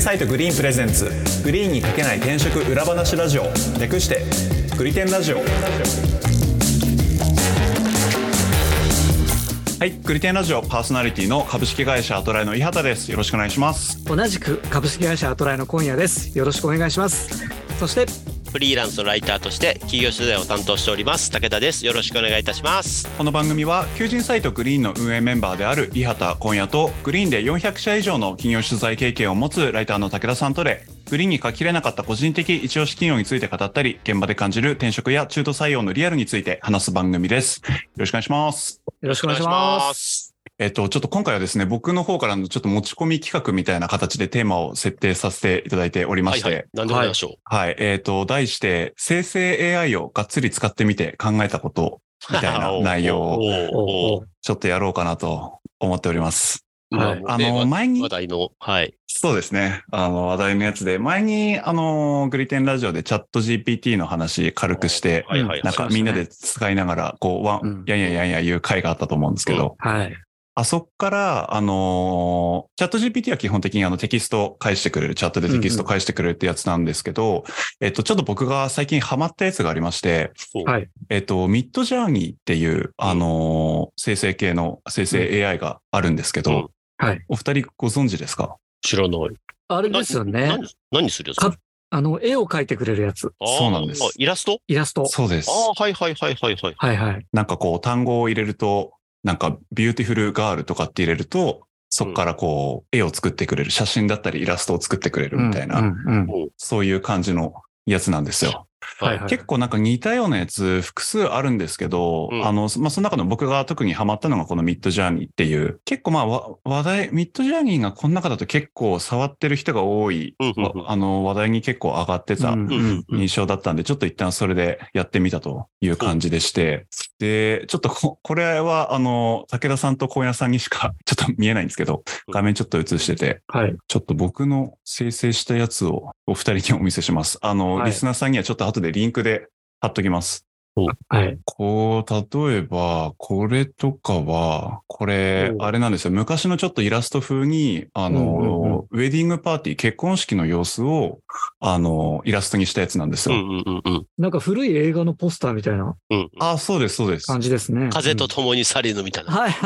サイトグリーンプレゼンツ、グリーンにかけない転職裏話ラジオ、略してグリテンラジオ。はい、グリテンラジオパーソナリティの株式会社アトライの伊畑です。よろしくお願いします。 同じく株式会社アトライの今夜です。よろしくお願いします。そしてフリーランスのライターとして企業取材を担当しております武田です。よろしくお願いいたします。 この番組は求人サイトグリーンの運営メンバーである伊畑今夜と、グリーンで400社以上の企業取材経験を持つライターの武田さんとで、グリーンに書ききれなかった個人的一押し企業について語ったり、現場で感じる転職や中途採用のリアルについて話す番組です。よろしくお願いします。 よろしくお願いします。 ちょっと今回はですね、僕の方からのちょっと持ち込み企画みたいな形でテーマを設定させていただいておりまして。はいはい、 何でもやりましょう。 はい。題して、生成 AI をがっつり使ってみて考えたことみたいな内容をちょっとやろうかなと思っております。 はい。前に話題の、はい。 そうですね。話題のやつで、前にグリテンラジオでチャット GPT の話軽くして、なんかみんなで使いながら、こう、やんや言う回があったと思うんですけど、 はい。 あそっから、チャット GPT は基本的にテキスト返してくれる、チャットでテキスト返してくれるってやつなんですけど、ちょっと僕が最近ハマったやつがありまして、 はい。 ミッドジャーニーっていう、生成系の生成 AI があるんですけど、 はい。 お二人ご存知ですか？ 知らない。 あれですよね。 何するやつ？ 絵を描いてくれるやつ。 そうなんです。 イラスト？ そうです。 はい。 はい。 なんかこう単語を入れると、なんかビューティフルガールとかって入れると、そっからこう絵を作ってくれる、写真だったりイラストを作ってくれるみたいな、そういう感じのやつなんですよ。 はいはい、 結構なんか似たようなやつ複数あるんですけど、その中の僕が特にハマったのがこのミッドジャーニーっていう、結構話題、ミッドジャーニーがこの中だと結構触ってる人が多い、話題に結構上がってた印象だったんで、ちょっと一旦それでやってみたという感じでして、で、ちょっとこれは武田さんと小屋さんにしかちょっと見えないんですけど、画面ちょっと映してて、ちょっと僕の生成したやつをお二人にお見せします。リスナーさんにはちょっと後でリンクで貼っときます。 はい。 こう、例えば、これとかは、これ、あれなんですよ。昔のちょっとイラスト風に、ウェディングパーティー、結婚式の様子を、イラストにしたやつなんですよ。 なんか古い映画のポスターみたいな。 そうです。 感じですね。 風と共に去りぬみたいな。 はい。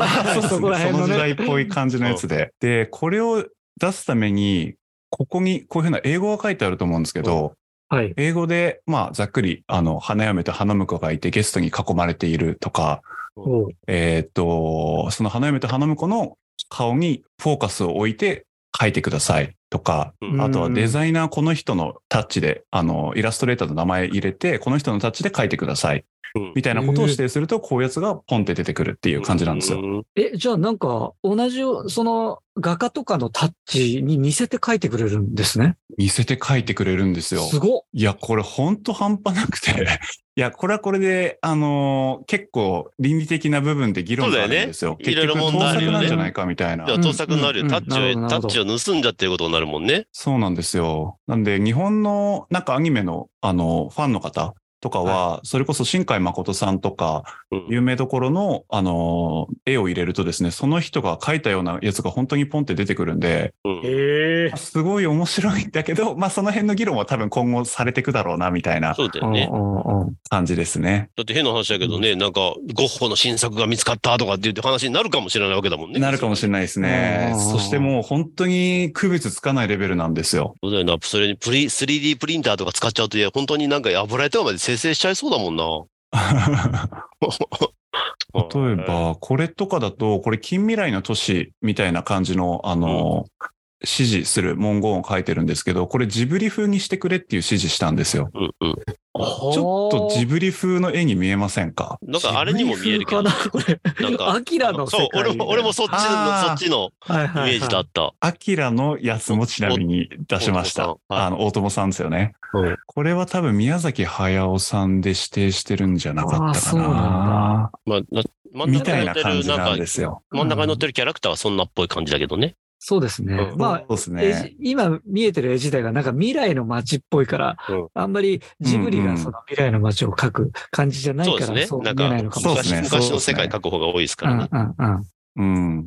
そこら辺のね。 その時代っぽい感じのやつで。で、これを出すために、ここにこういうふうな英語が書いてあると思うんですけど、 はい。 英語で、ざっくり、花嫁と花婿がいてゲストに囲まれているとか、その花嫁と花婿の顔にフォーカスを置いて書いてくださいとか、あとはデザイナーこの人のタッチで、イラストレーターの名前入れて、この人のタッチで書いてください。みたいなことを指定すると、こういうやつがポンって出てくるっていう感じなんですよ。 じゃあなんか、同じ、その、画家とかのタッチに似せて書いてくれるんですね。 似せて書いてくれるんですよ。 すごっ。 いや、これほんと半端なくて。いや、これはこれで、結構倫理的な部分で議論があるんですよ。結局、盗作なんじゃないかみたいな。 盗作になるよ。タッチを盗んじゃってることになるもんね。 そうなんですよ。なんで、日本のなんかアニメの、ファンの方とかは、それこそ新海誠さんとか、有名どころの、絵を入れるとですね、その人が描いたようなやつが本当にポンって出てくるんで、すごい面白いんだけど、その辺の議論は多分今後されていくだろうな、みたいな感じですね。 だって変な話だけどね、なんか、ゴッホの新作が見つかったとかって言って話になるかもしれないわけだもんね。 なるかもしれないですね。そしてもう本当に区別つかないレベルなんですよ。 そうだよな。それに3D プリンターとか使っちゃうと、本当になんか油絵とかまで生成しちゃいそうだもんな。 例えば、これとかだと、これ近未来の都市みたいな感じの、指示する文言を書いてるんですけど、これジブリ風にしてくれっていう指示したんですよ。ちょっとジブリ風の絵に見えませんか？ なんかあれにも見えるけど。なんか、アキラの世界。 そう、俺もそっちのイメージだった。 アキラのやつもちなみに出しました。大友さんですよね。これは多分宮崎駿さんで指定してるんじゃなかったかな。みたいな感じなんですよ。 真ん中に乗ってるキャラクターはそんなっぽい感じだけどね。 そうですね。今見えてる絵自体がなんか未来の街っぽいから、あんまりジブリがその未来の街を描く感じじゃないから、そう見えないのかもしれない。 昔の世界描く方が多いですからね。 うん。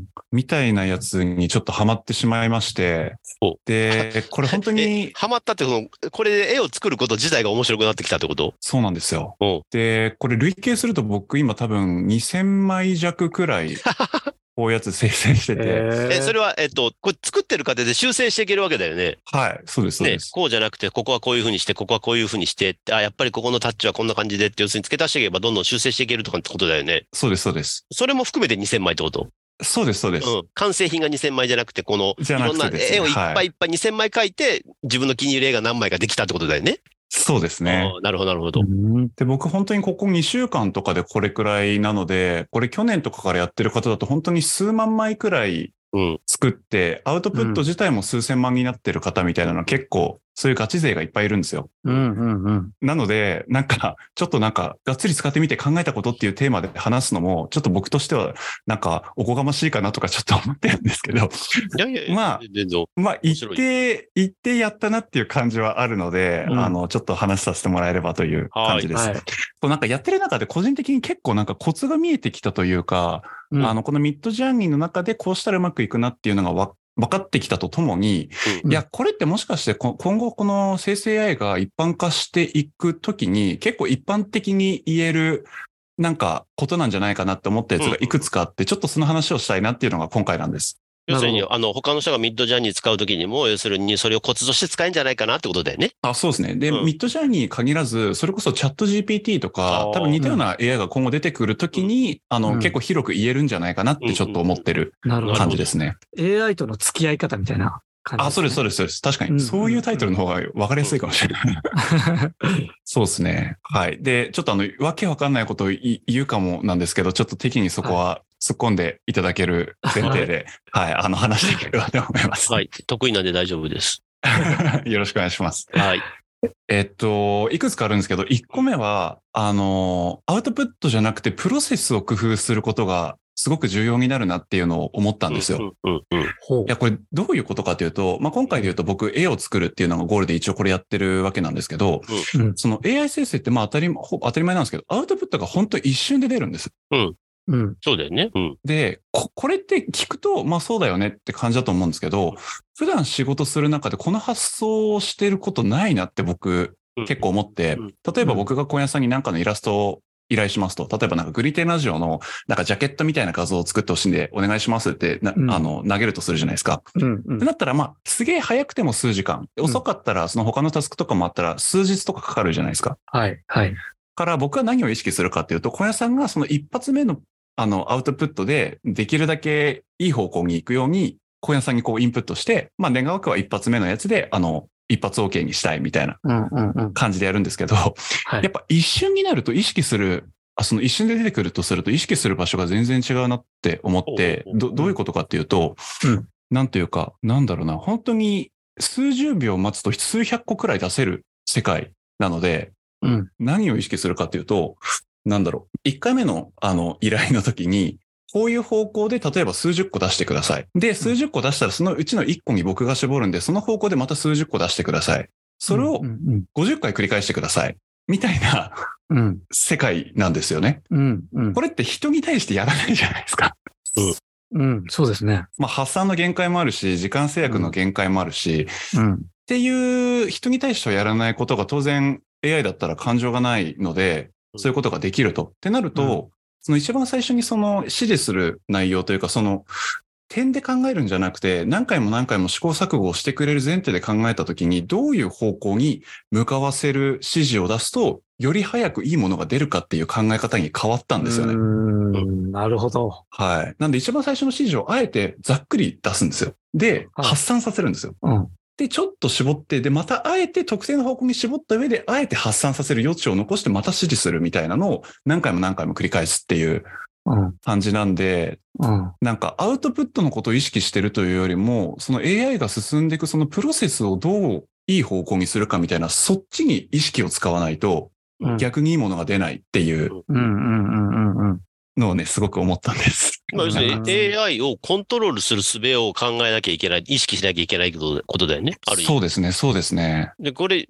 みたいなやつにちょっとハマってしまいまして。で、これ本当に。 ハマったってこれで絵を作ること自体が面白くなってきたってこと？ そうなんですよ。で、これ累計すると僕今多分2000枚弱くらい。こういうやつ生成してて。 それは、これ作ってる過程で修正していけるわけだよね。 はい、そうです、そうです。 こうじゃなくて、ここはこういう風にして、ここはこういう風にして、やっぱりここのタッチはこんな感じでって、要するに付け足していけばどんどん修正していけるとかってことだよね。 そうです、そうです。 それも含めて2000枚ってこと？ そうです、そうです。 完成品が2000枚じゃなくて、いろんな絵をいっぱいいっぱい2000枚描いて、自分の気に入る絵が何枚かできたってことだよね。 そうですね。 なるほど、なるほど。 で、僕本当にここ2週間とかでこれくらいなので、これ去年とかからやってる方だと本当に数万枚くらい作って、アウトプット自体も数千万になってる方みたいなのは結構、そういうガチ勢がいっぱいいるんですよ。なので、ちょっとがっつり使ってみて考えたことっていうテーマで話すのも、ちょっと僕としては、おこがましいかなとかちょっと思ってるんですけど。まあ、言ってやったなっていう感じはあるので、ちょっと話させてもらえればという感じです。やってる中で個人的に結構コツが見えてきたというか、このミッドジャーニーの中でこうしたらうまくいくなっていうのが分かってきたとともに、いや、これってもしかして今後この生成 AI が一般化していくときに結構一般的に言えることなんじゃないかなって思ったやつがいくつかあって、ちょっとその話をしたいなっていうのが今回なんです。 要するに、他の人がミッドジャーニー使うときにも、要するにそれをコツとして使えるんじゃないかなってことだよね。 そうですね。で、ミッドジャーニーに限らず、それこそチャット GPT とか、多分似たような AI が今後出てくるときに、結構広く言えるんじゃないかなってちょっと思ってる感じですね。 AI との付き合い方みたいな感じですね。 そうです、そうです、そうです。確かに、そういうタイトルの方が分かりやすいかもしれない。そうですね。はい。で、ちょっとわけわかんないことを言うかもなんですけど、ちょっと適宜そこは突っ込んでいただける前提で、話していければと思います。 はい。得意なんで大丈夫です。 よろしくお願いします。 はい。 いくつかあるんですけど、1個目は、アウトプットじゃなくてプロセスを工夫することがすごく重要になるなっていうのを思ったんですよ。いや、これどういうことかというと、今回で言うと僕絵を作るっていうのがゴールで一応これやってるわけなんですけど、その AI 生成って当たり前なんですけど、アウトプットが本当一瞬で出るんです。 そうだよね。 で、これって聞くと、そうだよねって感じだと思うんですけど、普段仕事する中でこの発想をしてることないなって僕結構思って、例えば僕が小屋さんにのイラストを依頼しますと、例えばグリテンラジオのジャケットみたいな画像を作ってほしいんでお願いしますって投げるとするじゃないですか。ってなったらすげえ早くても数時間、遅かったらその他のタスクとかもあったら数日とかかかるじゃないですか。から僕は何を意識するかっていうと、小屋さんがその一発目のアウトプットでできるだけいい方向に行くように小屋さんにインプットして、願わくは一発目のやつで一発 OK にしたいみたいな感じでやるんですけど、やっぱ一瞬になると意識する、その一瞬で出てくるとすると意識する場所が全然違うなって思って、どういうことかっていうと、なんていうか、本当に数十秒待つと数百個くらい出せる世界なので、何を意識するかっていうと、1回目の依頼の時に、こういう方向で例えば数十個出してください。で、数十個出したらそのうちの1個に僕が絞るんで、その方向でまた数十個出してください。それを50回繰り返してください。みたいな世界なんですよね。これって人に対してやらないじゃないですか。 そうですね。 発散の限界もあるし、時間制約の限界もあるし、っていう人に対してはやらないことが当然 AI だったら感情がないので、そういうことができると。ってなると、その一番最初にその指示する内容というか、その点で考えるんじゃなくて、何回も何回も試行錯誤をしてくれる前提で考えたときに、どういう方向に向かわせる指示を出すと、より早くいいものが出るかっていう考え方に変わったんですよね。 なるほど。 はい。なんで一番最初の指示をあえてざっくり出すんですよ。で、発散させるんですよ。で、ちょっと絞って、で、またあえて特定の方向に絞った上で、あえて発散させる余地を残してまた指示するみたいなのを何回も何回も繰り返すっていう感じなんで、アウトプットのことを意識してるというよりも、その AI が進んでいくそのプロセスをどういい方向にするかみたいな、そっちに意識を使わないと、逆にいいものが出ないっていうのをね、すごく思ったんです。 要するに AI をコントロールする術を考えなきゃいけない、意識しなきゃいけないことだよね。ある意味。 そうですね、そうですね。 で、これ、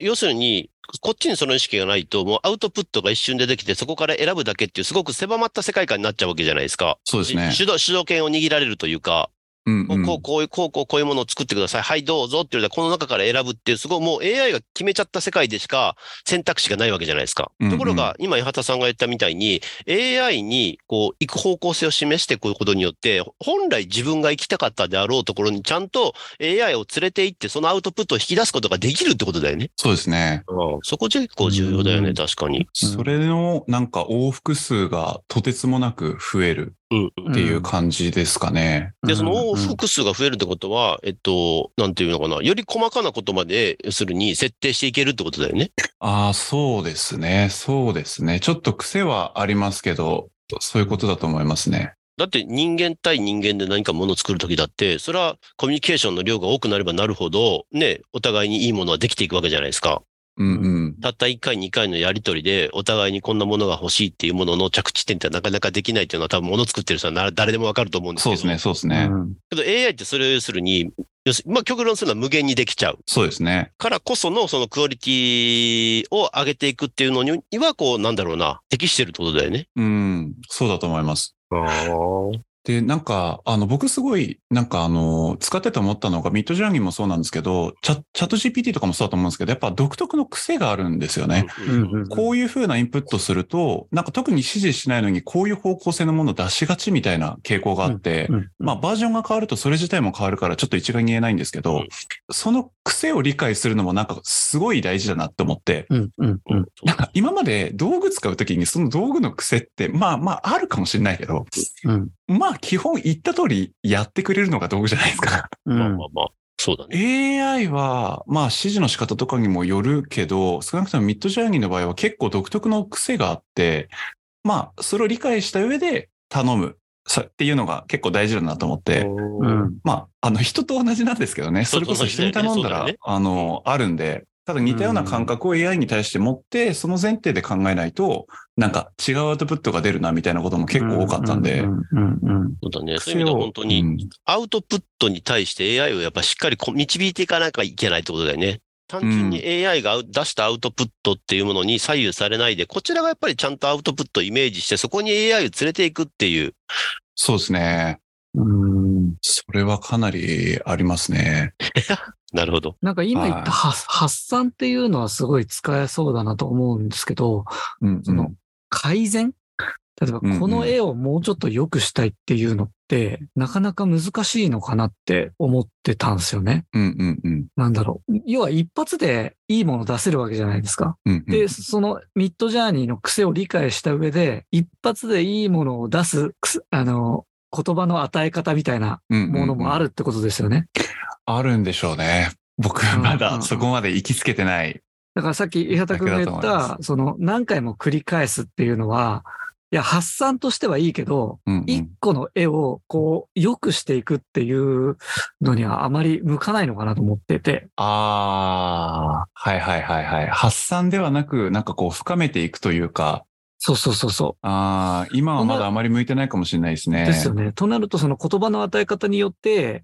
要するに、こっちにその意識がないと、もうアウトプットが一瞬でできて、そこから選ぶだけっていう、すごく狭まった世界観になっちゃうわけじゃないですか。 そうですね。 主導権を握られるというか、こういうものを作ってください。はい、どうぞって言われたら、この中から選ぶっていう、すごいもう AI が決めちゃった世界でしか選択肢がないわけじゃないですか。ところが、今、八幡さんが言ったみたいに、AI に行く方向性を示していくことによって、本来自分が行きたかったであろうところにちゃんと AI を連れて行って、そのアウトプットを引き出すことができるってことだよね。 そうですね。 そこ結構重要だよね、確かに。 それのなんか往復数がとてつもなく増える。っていう感じですかね。 で、その往復数が増えるってことは、なんていうのかな。より細かなことまで、要するに設定していけるってことだよね。 そうですね。そうですね。ちょっと癖はありますけど、そういうことだと思いますね。 だって人間対人間で何かものを作るときだって、それはコミュニケーションの量が多くなればなるほど、ね、お互いにいいものはできていくわけじゃないですか。たった1回2回のやりとりでお互いにこんなものが欲しいっていうものの着地点ってなかなかできないっていうのは多分もの作ってる人は誰でもわかると思うんですけど。 そうですね。 けど AI ってそれを要するに、極論するのは無限にできちゃう。 そうですね。 からこそのそのクオリティを上げていくっていうのには適してるってことだよね。 そうだと思います。で、なんか、僕すごい、なんか使ってて思ったのが、ミッドジャーニーもそうなんですけど、チャット GPT とかもそうだと思うんですけど、やっぱ独特の癖があるんですよね。こういう風なインプットすると、なんか特に指示しないのに、こういう方向性のものを出しがちみたいな傾向があって、まあ、バージョンが変わるとそれ自体も変わるから、ちょっと一概に言えないんですけど、その癖を理解するのもなんかすごい大事だなって思って、なんか今まで道具使うときにその道具の癖って、まああるかもしれないけど、まあ基本言った通りやってくれるのが道具じゃないですか。 そうだね。 AI は、まあ指示の仕方とかにもよるけど、少なくともミッドジャーニーの場合は結構独特の癖があって、まあそれを理解した上で頼むっていうのが結構大事だなと思って、まあ人と同じなんですけどね、それこそ人に頼んだら、あるんで、ただ似たような感覚を AI に対して持って、その前提で考えないと、なんか違うアウトプットが出るなみたいなことも結構多かったんで。 そうだね。そういう意味では本当に、アウトプットに対して AI をやっぱしっかり導いていかなきゃいけないってことだよね。単純に AI が出したアウトプットっていうものに左右されないで、こちらがやっぱりちゃんとアウトプットをイメージして、そこに AI を連れていくっていう。 そうですね。それはかなりありますね。 なるほど。 なんか今言った発散っていうのはすごい使えそうだなと思うんですけど、その改善？例えばこの絵をもうちょっと良くしたいっていうのって、なかなか難しいのかなって思ってたんですよね。なんだろう。要は一発でいいもの出せるわけじゃないですか。で、そのミッドジャーニーの癖を理解した上で、一発でいいものを出す、言葉の与え方みたいなものもあるってことですよね。 あるんでしょうね。僕はまだそこまで行きつけてない。 だからさっき伊畑君が言った、その何回も繰り返すっていうのは、いや、発散としてはいいけど、一個の絵をこう、良くしていくっていうのにはあまり向かないのかなと思ってて。 はい。発散ではなく、なんかこう、深めていくというか。 そう。 今はまだあまり向いてないかもしれないですね。 ですよね。となると、その言葉の与え方によって、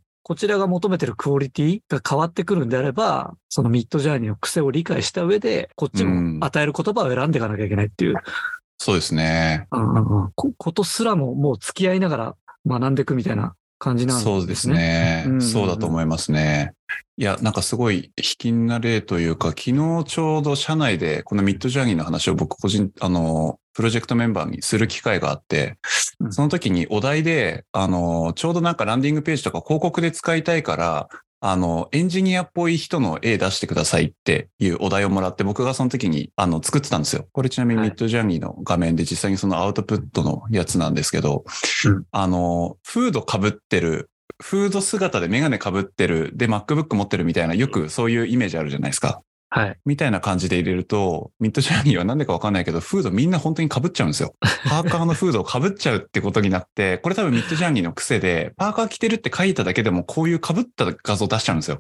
こちらが求めてるクオリティが変わってくるんであれば、そのミッドジャーニーの癖を理解した上で、こっちも与える言葉を選んでいかなきゃいけないっていう。 そうですね。 ことすらももう付き合いながら学んでいくみたいな感じなんですね。 そうですね。そうだと思いますね。いや、なんかすごい卑近な例というか、昨日ちょうど社内でこのミッドジャーニーの話を僕個人、プロジェクトメンバーにする機会があって、その時にお題で、ちょうどなんかランディングページとか広告で使いたいから、エンジニアっぽい人の絵出してくださいっていうお題をもらって、僕がその時に、作ってたんですよ。これちなみにミッドジャーニーの画面で実際にそのアウトプットのやつなんですけど、フード被ってる、フード姿でメガネ被ってる、で MacBook 持ってるみたいな、よくそういうイメージあるじゃないですか。みたいな感じで入れると、ミッドジャーニーはなんでかわかんないけど、フードみんな本当に被っちゃうんですよ。パーカーのフードを被っちゃうってことになって、これ多分ミッドジャーニーの癖で、パーカー着てるって書いただけでもこういう被った画像出しちゃうんですよ。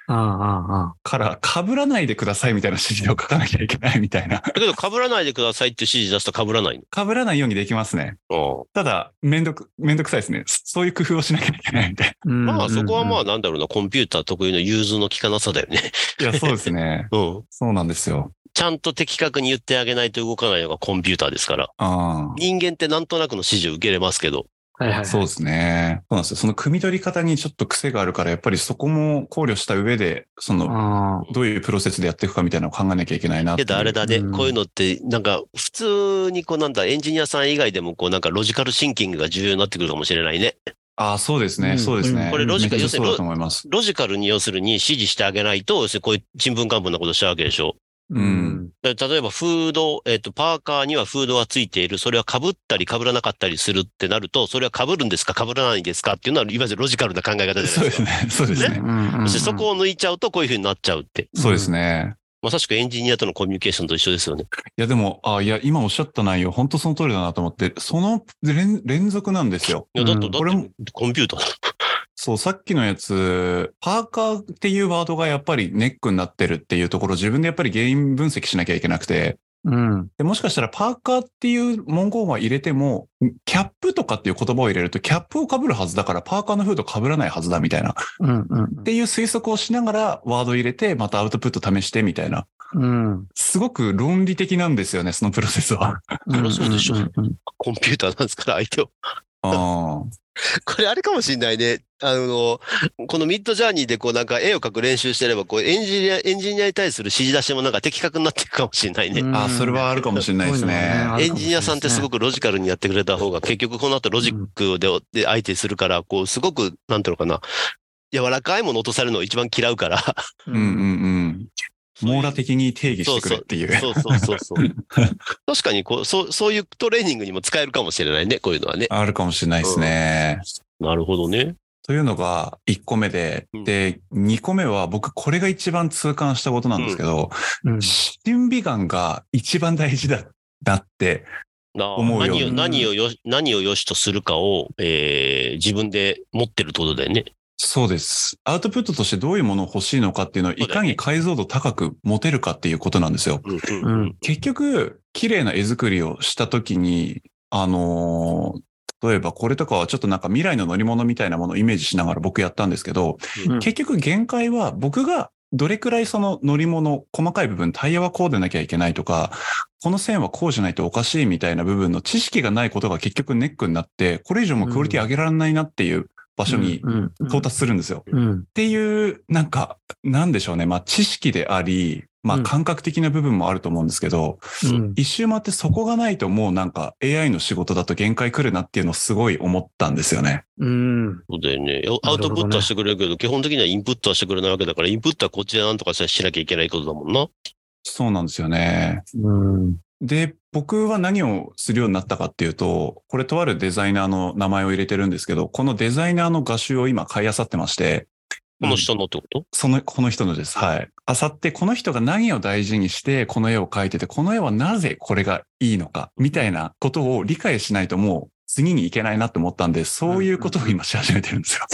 から被らないでくださいみたいな指示を書かなきゃいけないみたいな。 だけど被らないでくださいって指示出すと被らないの？ 被らないようにできますね。ただ、めんどくさいですね。そういう工夫をしなきゃいけないみたいな。 まあそこはまあなんだろうな、コンピューター特有の融通の利かなさだよね。 いや、そうですね。そうなんですよ。 ちゃんと的確に言ってあげないと動かないのがコンピューターですから。人間ってなんとなくの指示を受けれますけど。 そうですね。そうなんですよ。その汲み取り方にちょっと癖があるから、やっぱりそこも考慮した上で、どういうプロセスでやっていくかみたいなのを考えなきゃいけないなっていう。 けどあれだね、こういうのって、なんか普通にエンジニアさん以外でもロジカルシンキングが重要になってくるかもしれないね。 そうですね。そうですね。 これロジカル、要するにロジカルに要するに指示してあげないと、こういうちんぷんかんぷんなことしちゃうわけでしょ。例えばフード、パーカーにはフードがついている。それは被ったり被らなかったりするってなると、それは被るんですか被らないんですかっていうのは、いわゆるロジカルな考え方じゃないですか。 そうですね。そうですね。 そしてそこを抜いちゃうと、こういう風になっちゃうって。 そうですね。 まさしくエンジニアとのコミュニケーションと一緒ですよね。 いや、でも、今おっしゃった内容、本当その通りだなと思って、その連続なんですよ。 いや、だってコンピューターだ。 そう、さっきのやつ、パーカーっていうワードがやっぱりネックになってるっていうところ、自分でやっぱり原因分析しなきゃいけなくて、でもしかしたらパーカーっていう文言は入れても、キャップとかっていう言葉を入れると、キャップを被るはずだから、パーカーのフード被らないはずだみたいな。っていう推測をしながら、ワード入れて、またアウトプット試してみたいな。すごく論理的なんですよね、そのプロセスは。 そりゃそうでしょ。コンピューターなんですから、相手を。これあれかもしんないね。このミッドジャーニーで絵を描く練習してれば、エンジニアに対する指示出しも的確になっていくかもしれないね。 それはあるかもしれないですね。 エンジニアさんってすごくロジカルにやってくれた方が、結局この後ロジックで相手するから、すごく、なんていうのかな、柔らかいもの落とされるのを一番嫌うから。 網羅的に定義してくれっていう。 そう。確かにそういうトレーニングにも使えるかもしれないね、こういうのはね。 あるかもしれないですね。 なるほどね。 というのが1個目で、で、2個目は僕これが一番痛感したことなんですけど、審美眼が一番大事だって思うように。 何を良しとするかを、自分で持ってるってことだよね。 そうです。アウトプットとしてどういうものを欲しいのかっていうのをいかに解像度高く持てるかっていうことなんですよ。結局、綺麗な絵作りをしたときに、例えばこれとかはちょっと未来の乗り物みたいなものをイメージしながら僕やったんですけど、結局限界は僕がどれくらいその乗り物、細かい部分、タイヤはこうでなきゃいけないとか、この線はこうじゃないとおかしいみたいな部分の知識がないことが結局ネックになって、これ以上もクオリティ上げられないなっていう場所に到達するんですよ。っていう、なんでしょうね。知識であり、感覚的な部分もあると思うんですけど、一周回ってそこがないともうAI の仕事だと限界来るなっていうのをすごい思ったんですよね。 そうだよね。アウトプットはしてくれるけど、基本的にはインプットはしてくれないわけだから、インプットはこっちでなんとかしなきゃいけないことだもんな。 そうなんですよね。で、僕は何をするようになったかっていうと、これとあるデザイナーの名前を入れてるんですけど、このデザイナーの画集を今買い漁ってまして、 この人のってこと？ この人のです。はい。漁って、この人が何を大事にして、この絵を描いてて、この絵はなぜこれがいいのか、みたいなことを理解しないともう次に行けないなと思ったんで、そういうことを今し始めてるんですよ。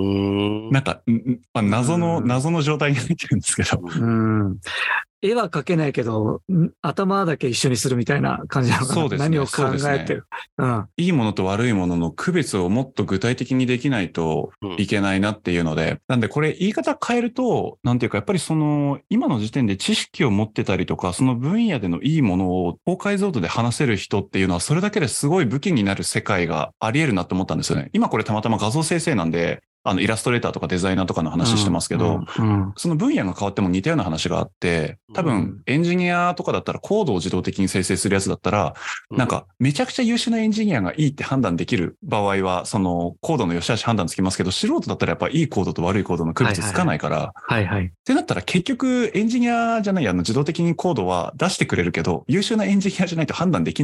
謎の状態に入ってるんですけど。 絵は描けないけど、頭だけ一緒にするみたいな感じなのかな。そうですね。何を考えてる。 いいものと悪いものの区別をもっと具体的にできないといけないなっていうので、なんでこれ言い方変えると、なんていうかやっぱり今の時点で知識を持ってたりとか、その分野でのいいものを高解像度で話せる人っていうのはそれだけですごい武器になる世界があり得るなと思ったんですよね。今これたまたま画像生成なんで、イラストレーターとかデザイナーとかの話してますけど、その分野が変わっても似たような話があって、多分エンジニアとかだったらコードを自動的に生成するやつだったら、めちゃくちゃ優秀なエンジニアがいいって判断できる場合は、そのコードの良し悪し判断つきますけど、素人だったらやっぱいいコードと悪いコードの区別つかないから、ってなったら結局エンジニアじゃない自動的にコードは出してくれるけど、優秀なエンジニアじゃないと判断できない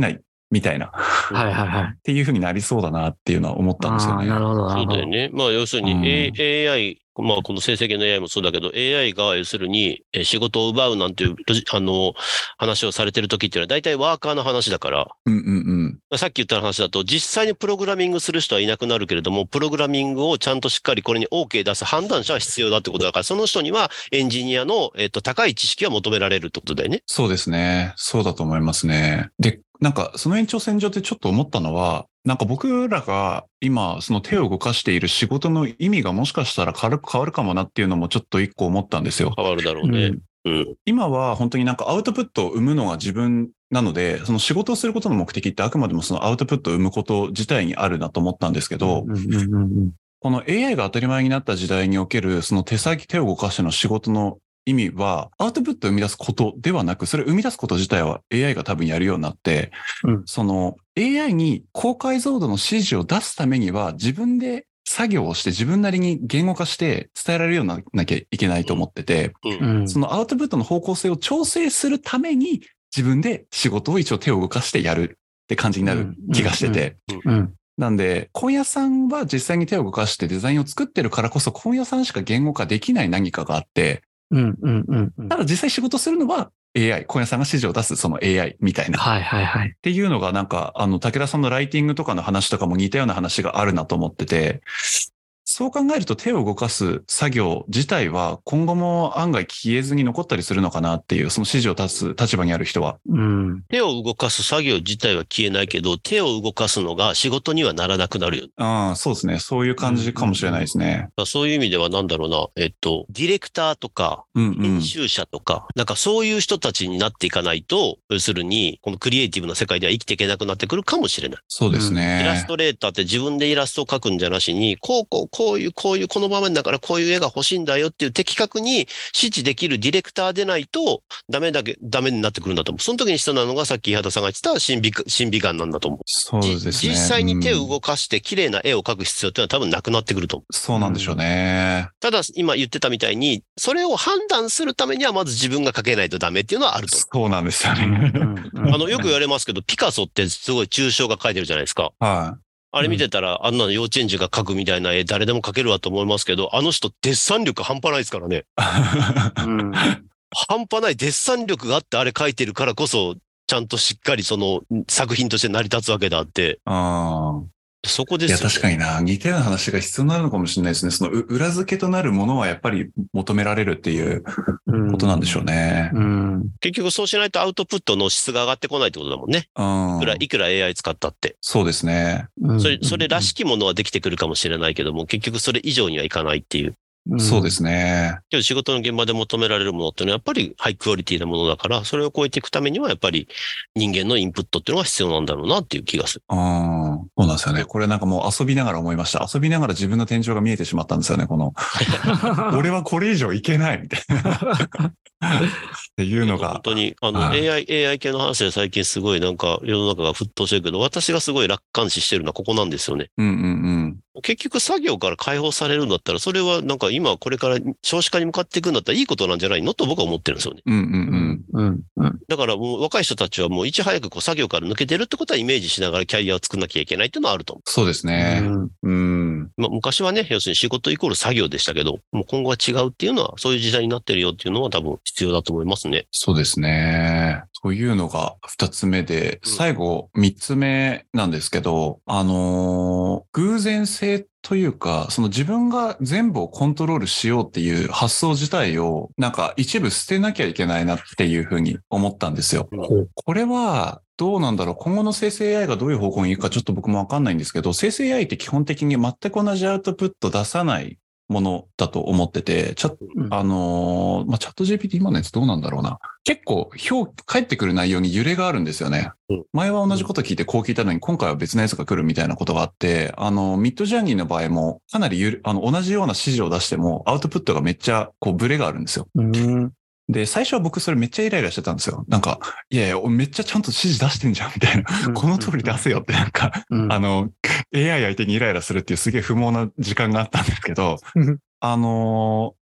みたいな。 はいはいはい。 っていう風になりそうだなっていうのは思ったんですよね。 なるほど。 そうだよね。まあ要するに、AI、まあこの生成系の AI もそうだけど、AI が要するに仕事を奪うなんていう、話をされてる時っていうのは大体ワーカーの話だから、さっき言った話だと、実際にプログラミングする人はいなくなるけれども、プログラミングをちゃんとしっかりこれに OK 出す判断者は必要だってことだから、その人にはエンジニアの、高い知識が求められるってことだよね。 そうですね。そうだと思いますね。で、なんかその延長線上でちょっと思ったのは、なんか僕らが今その手を動かしている仕事の意味がもしかしたら軽く変わるかもなっていうのもちょっと一個思ったんですよ。 変わるだろうね。 今は本当になんかアウトプットを生むのが自分なので、その仕事をすることの目的ってあくまでもそのアウトプットを生むこと自体にあるなと思ったんですけど、この AI が当たり前になった時代におけるその手を動かしての仕事の意味は、アウトプットを生み出すことではなく、それを生み出すこと自体は AI が多分やるようになって、その AI に高解像度の指示を出すためには、自分で作業をして自分なりに言語化して伝えられるようになきゃいけないと思ってて、そのアウトプットの方向性を調整するために、自分で仕事を一応手を動かしてやるって感じになる気がしてて、なんで、今夜さんは実際に手を動かしてデザインを作ってるからこそ、今夜さんしか言語化できない何かがあって、ただ実際仕事するのは AI、今夜さんが指示を出すその AI みたいな。っていうのがなんか、武田さんのライティングとかの話とかも似たような話があるなと思ってて、そう考えると手を動かす作業自体は今後も案外消えずに残ったりするのかなっていう、その指示を出す立場にある人は。 手を動かす作業自体は消えないけど、手を動かすのが仕事にはならなくなるよ。 そうですね。そういう感じかもしれないですね。 そういう意味ではなんだろうな、ディレクターとか、編集者とか、なんかそういう人たちになっていかないと、要するに、このクリエイティブな世界では生きていけなくなってくるかもしれない。 そうですね。 イラストレーターって自分でイラストを描くんじゃなしに、こういう、この場面だからこういう絵が欲しいんだよっていう的確に指示できるディレクターでないとダメになってくるんだと思う。その時に必要なのがさっき伊畑さんが言ってた審美眼なんだと思う。 そうですね。 実際に手を動かして綺麗な絵を描く必要っていうのは多分なくなってくると思う。 そうなんでしょうね。 ただ今言ってたみたいに、それを判断するためにはまず自分が描けないとダメっていうのはあると思う。 そうなんですよね。 よく言われますけど、ピカソってすごい抽象画描いてるじゃないですか。あれ見てたら、あんなの幼稚園児が描くみたいな絵誰でも描けるわと思いますけど、あの人デッサン力半端ないですからね。半端ないデッサン力があってあれ描いてるからこそ、ちゃんとしっかりその作品として成り立つわけだって。そこですよね。 いや、確かにな。似たような話が必要になるのかもしれないですね。その裏付けとなるものはやっぱり求められるっていうことなんでしょうね。 結局そうしないとアウトプットの質が上がってこないってことだもんね。いくら AI 使ったって。 そうですね。 それらしきものはできてくるかもしれないけども、結局それ以上にはいかないっていう。 そうですね。 けど仕事の現場で求められるものっていうのはやっぱりハイクオリティなものだから、それを超えていくためにはやっぱり人間のインプットっていうのが必要なんだろうなっていう気がする。 そうなんですよね。これなんかもう遊びながら思いました。遊びながら自分の天井が見えてしまったんですよね、この。俺はこれ以上いけないみたいな。っていうのが。 本当に、AI 系の話で最近すごいなんか世の中が沸騰してるけど、私がすごい楽観視してるのはここなんですよね。結局作業から解放されるんだったら、それはなんか今これから少子化に向かっていくんだったらいいことなんじゃないのと僕は思ってるんですよね。だからもう若い人たちはもういち早くこう作業から抜けてるってことはイメージしながらキャリアを作んなきゃいけないっていうのはあると思う。 そうですね。 昔はね、要するに仕事イコール作業でしたけど、もう今後は違うっていうのは、そういう時代になってるよっていうのは多分必要だと思いますね。 そうですね。というのが二つ目で、最後三つ目なんですけど、偶然性というか、その自分が全部をコントロールしようっていう発想自体をなんか一部捨てなきゃいけないなっていうふうに思ったんですよ。これはどうなんだろう、今後の生成 AI がどういう方向に行くかちょっと僕もわかんないんですけど、生成 AI って基本的に全く同じアウトプット出さないものだと思ってて、チャット GPT 今のやつどうなんだろうな。結構返ってくる内容に揺れがあるんですよね。前は同じこと聞いてこう聞いたのに今回は別のやつが来るみたいなことがあって、ミッドジャーニーの場合もかなり同じような指示を出してもアウトプットがめっちゃこうブレがあるんですよ。で、最初は僕それめっちゃイライラしてたんですよ。なんか、いやいや、めっちゃちゃんと指示出してんじゃんみたいな。この通り出せよってなんか、AI 相手にイライラするっていうすげえ不毛な時間があったんですけど、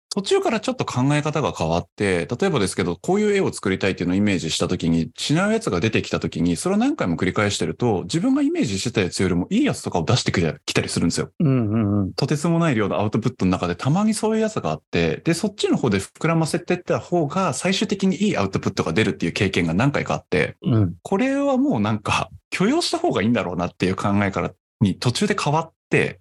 途中からちょっと考え方が変わって、例えばですけど、こういう絵を作りたいっていうのをイメージしたときに、違うやつが出てきたときに、それを何回も繰り返してると、自分がイメージしてたやつよりもいいやつとかを出してきたりするんですよ。とてつもない量のアウトプットの中でたまにそういうやつがあって、で、そっちの方で膨らませていった方が、最終的にいいアウトプットが出るっていう経験が何回かあって、これはもうなんか、許容した方がいいんだろうなっていう考えからに途中で変わって、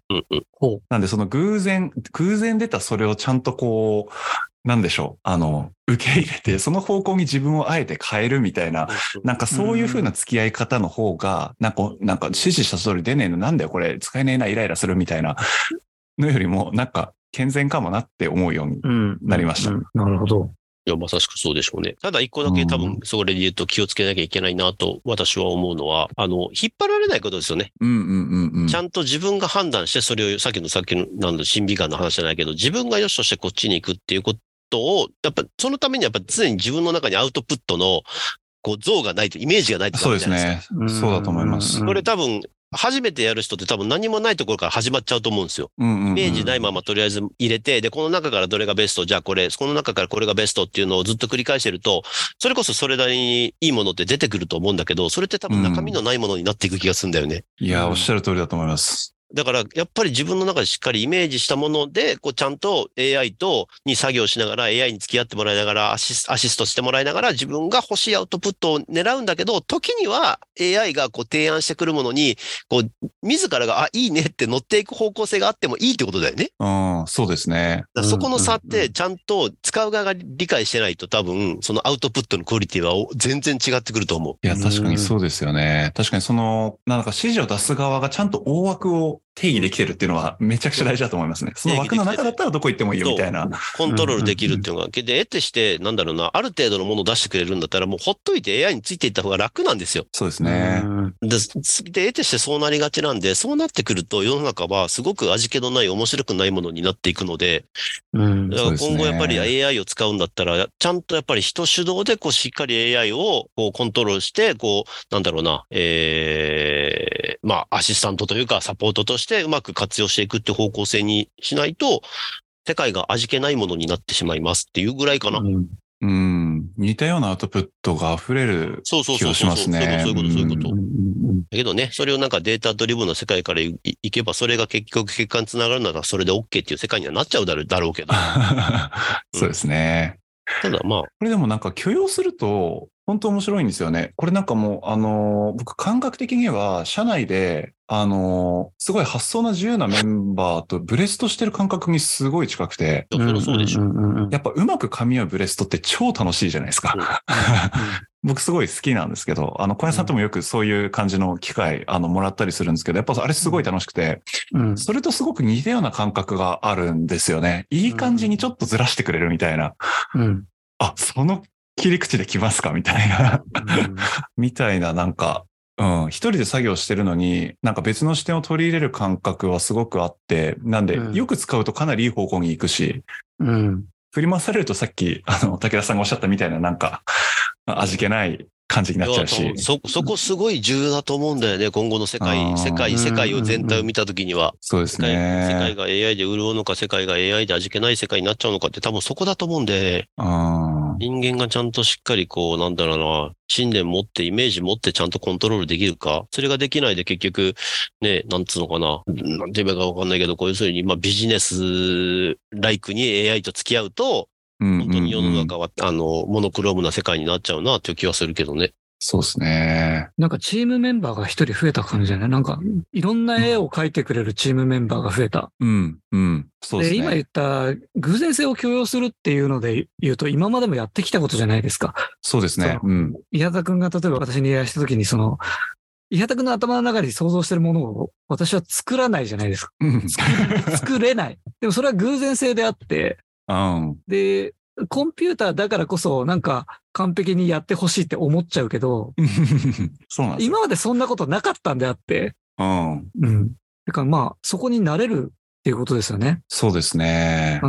なんでその偶然出たそれをちゃんとこう、なんでしょう、受け入れて、その方向に自分をあえて変えるみたいな、なんかそういう風な付き合い方の方が、なんか指示した通り出ねえの、なんだよこれ使えねえな、イライラするみたいなのよりも、なんか健全かもなって思うようになりました。 なるほど。 いや、まさしくそうでしょうね。ただ一個だけ多分、それで言うと気をつけなきゃいけないなと私は思うのは、引っ張られないことですよね。ちゃんと自分が判断して、それをさっきの審美眼の話じゃないけど、自分がよしとしてこっちに行くっていうことを、やっぱそのためにやっぱ常に自分の中にアウトプットの、こう像がないと、イメージがないとダメじゃないですか。 そうですね。そうだと思います。 これ多分、初めてやる人って多分何もないところから始まっちゃうと思うんですよ。イメージないままとりあえず入れて、で、この中からどれがベスト、じゃあこの中からこれがベストっていうのをずっと繰り返してると、それこそそれなりにいいものって出てくると思うんだけど、それって多分中身のないものになっていく気がするんだよね。 いや、おっしゃる通りだと思います。 だから、やっぱり自分の中でしっかりイメージしたもので、こう、ちゃんと AI に作業しながら、AI に付き合ってもらいながら、アシストしてもらいながら、自分が欲しいアウトプットを狙うんだけど、時には AI がこう提案してくるものに、こう、自らが、いいねって乗っていく方向性があってもいいってことだよね。 そうですね。 そこの差って、ちゃんと使う側が理解してないと多分、そのアウトプットのクオリティは全然違ってくると思う。 いや、確かにそうですよね。確かになんか指示を出す側がちゃんと大枠を定義できてるっていうのはめちゃくちゃ大事だと思いますね。その枠の中だったらどこ行ってもいいよみたいな。 コントロールできるっていうのが。で、得てして、なんだろうな、ある程度のものを出してくれるんだったら、もうほっといて AI についていった方が楽なんですよ。 そうですね。 で、得てしてそうなりがちなんで、そうなってくると世の中はすごく味気のない面白くないものになっていくので、だから今後やっぱり AI を使うんだったら、ちゃんとやっぱり人主導でこうしっかり AI をこうコントロールして、こう、なんだろうな、まあ、アシスタントというかサポートとしてうまく活用していくって方向性にしないと、世界が味気ないものになってしまいますっていうぐらいかな。 似たようなアウトプットが溢れる気がしますね。 そういうこと。だけどね、それをなんかデータドリブンの世界からいけば、それが結局結果につながるならそれで OK っていう世界にはなっちゃうだろうけど。 そうですね。 ただまあ。 これでもなんか許容すると、本当面白いんですよね。これなんかもう、僕感覚的には、社内で、すごい発想の自由なメンバーとブレストしてる感覚にすごい近くて。 そうでしょ。 やっぱうまく噛み合うブレストって超楽しいじゃないですか。僕すごい好きなんですけど、小屋さんともよくそういう感じの機会、もらったりするんですけど、やっぱあれすごい楽しくて、それとすごく似たような感覚があるんですよね。いい感じにちょっとずらしてくれるみたいな。その切り口で来ますかみたいな。みたいな、なんか、一人で作業してるのに、なんか別の視点を取り入れる感覚はすごくあって、なんで、よく使うとかなりいい方向に行くし、振り回されるとさっき、武田さんがおっしゃったみたいな、なんか、味気ない感じになっちゃうし。 そこすごい重要だと思うんだよね。今後の世界を全体を見たときには。 そうですね。 世界が AI で潤うのか、世界が AI で味気ない世界になっちゃうのかって多分そこだと思うんで、人間がちゃんとしっかりこう、なんだろうな、信念持って、イメージ持ってちゃんとコントロールできるか。それができないで結局、ね、なんつうのかな。なんて言えばいいかわかんないけど、こういうふうに、ビジネスライクに AI と付き合うと、本当に世の中は、モノクロームな世界になっちゃうなっていう気はするけどね。 そうですね。 なんかチームメンバーが一人増えた感じじゃない？なんか、いろんな絵を描いてくれるチームメンバーが増えた。 そうですね。 で、今言った偶然性を許容するっていうので言うと、今までもやってきたことじゃないですか。 そうですね。 伊畑くんが例えば私に依頼したときに、伊畑くんの頭の中に想像してるものを私は作らないじゃないですか。作れない。でもそれは偶然性であって、で、コンピューターだからこそなんか完璧にやってほしいって思っちゃうけど、 そうなんです。 今までそんなことなかったんであって、だからまあそこになれるっていうことですよね。 そうですね。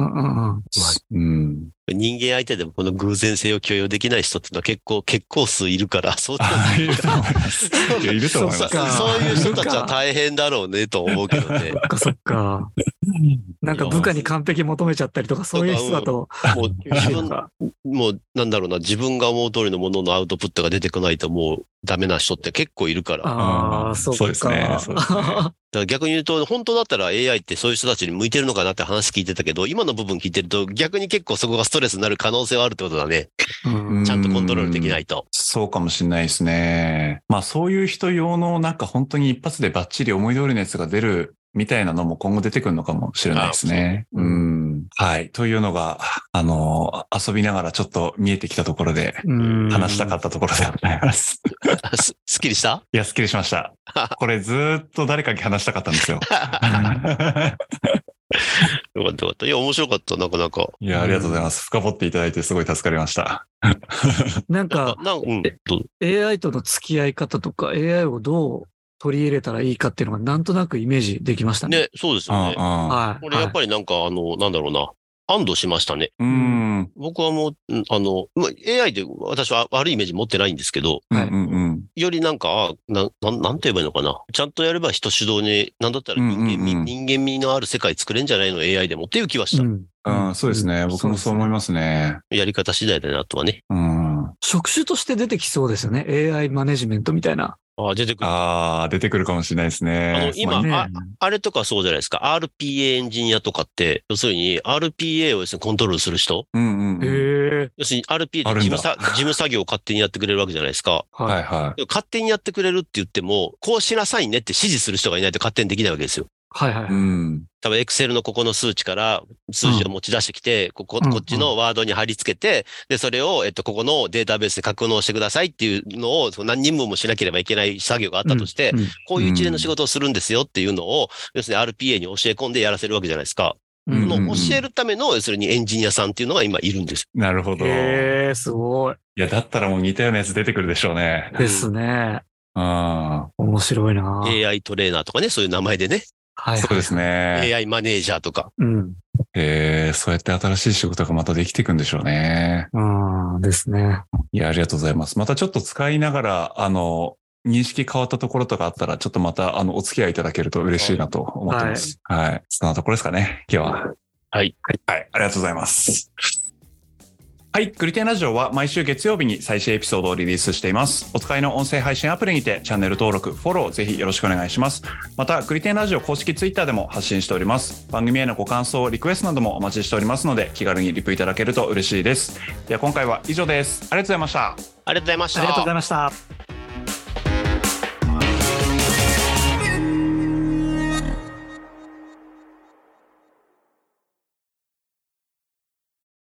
人間相手でもこの偶然性を許容できない人ってのは結構数いるから、相当いると思います。いると思います。 そういう人たちは大変だろうねと思うけどね。 そっか。 なんか部下に完璧求めちゃったりとか、そういう人だと。 もうなんだろうな、自分が思う通りのもののアウトプットが出てこないともうダメな人って結構いるから。 ああ、そうですね。 だから逆に言うと、本当だったら AI ってそういう人たちに向いてるのかなって話聞いてたけど、今の部分聞いてると逆に結構そこがストレスになる可能性はあるってことだね。ちゃんとコントロールできないと。 そうかもしれないですね。まあそういう人用のなんか本当に一発でバッチリ思い通りのやつが出るみたいなのも今後出てくるのかもしれないですね。はい。というのが、遊びながらちょっと見えてきたところで、話したかったところでございます。 すっきりした？ いや、すっきりしました。これずーっと誰かに話したかったんですよ。 よかったよかった。いや、面白かった、なかなか。 いや、ありがとうございます。深掘っていただいてすごい助かりました。 なんか、AI との付き合い方とか、AI をどう取り入れたらいいかっていうのがなんとなくイメージできましたね。 ね、そうですよね。これやっぱりなんかなんだろうな。安堵しましたね。僕はもう、AI で私は悪いイメージ持ってないんですけど、よりなんか、なんて言えばいいのかな。ちゃんとやれば人主導に、なんだったら人間味のある世界作れんじゃないの AI でもっていう気はした。 そうですね。僕もそう思いますね。 やり方次第だなとはね。 職種として出てきそうですよね。AI マネジメントみたいな。 出てくるかもしれないですね。 今、あれとかそうじゃないですか。RPA エンジニアとかって、要するに RPA をですね、コントロールする人。要するに RPA って事務作業を勝手にやってくれるわけじゃないですか。勝手にやってくれるって言っても、こうしなさいねって指示する人がいないと勝手にできないわけですよ。多分、Excel のここの数値から数字を持ち出してきて、こっちのワードに貼り付けて、で、それを、ここのデータベースで格納してくださいっていうのを、何人分もしなければいけない作業があったとして、こういう一連の仕事をするんですよっていうのを、要するに RPA に教え込んでやらせるわけじゃないですか。教えるための、要するにエンジニアさんっていうのが今いるんです。 なるほど。 すごい。 いや、だったらもう似たようなやつ出てくるでしょうね。 ですね。面白いな。 AI トレーナーとかね、そういう名前でね。 そうですね。 AI マネージャーとか。 そうやって新しい仕事がまたできていくんでしょうね。 ですね。 いや、ありがとうございます。またちょっと使いながら、認識変わったところとかあったら、ちょっとまた、お付き合いいただけると嬉しいなと思ってます。はい。そんなところですかね、今日は。 はい。 ありがとうございます。はい。グリテンラジオは毎週月曜日に最新エピソードをリリースしています。お使いの音声配信アプリにてチャンネル登録、フォローぜひよろしくお願いします。また、グリテンラジオ公式ツイッターでも発信しております。番組へのご感想、リクエストなどもお待ちしておりますので、気軽にリプいただけると嬉しいです。では今回は以上です。ありがとうございました。 ありがとうございました。 ありがとうございました。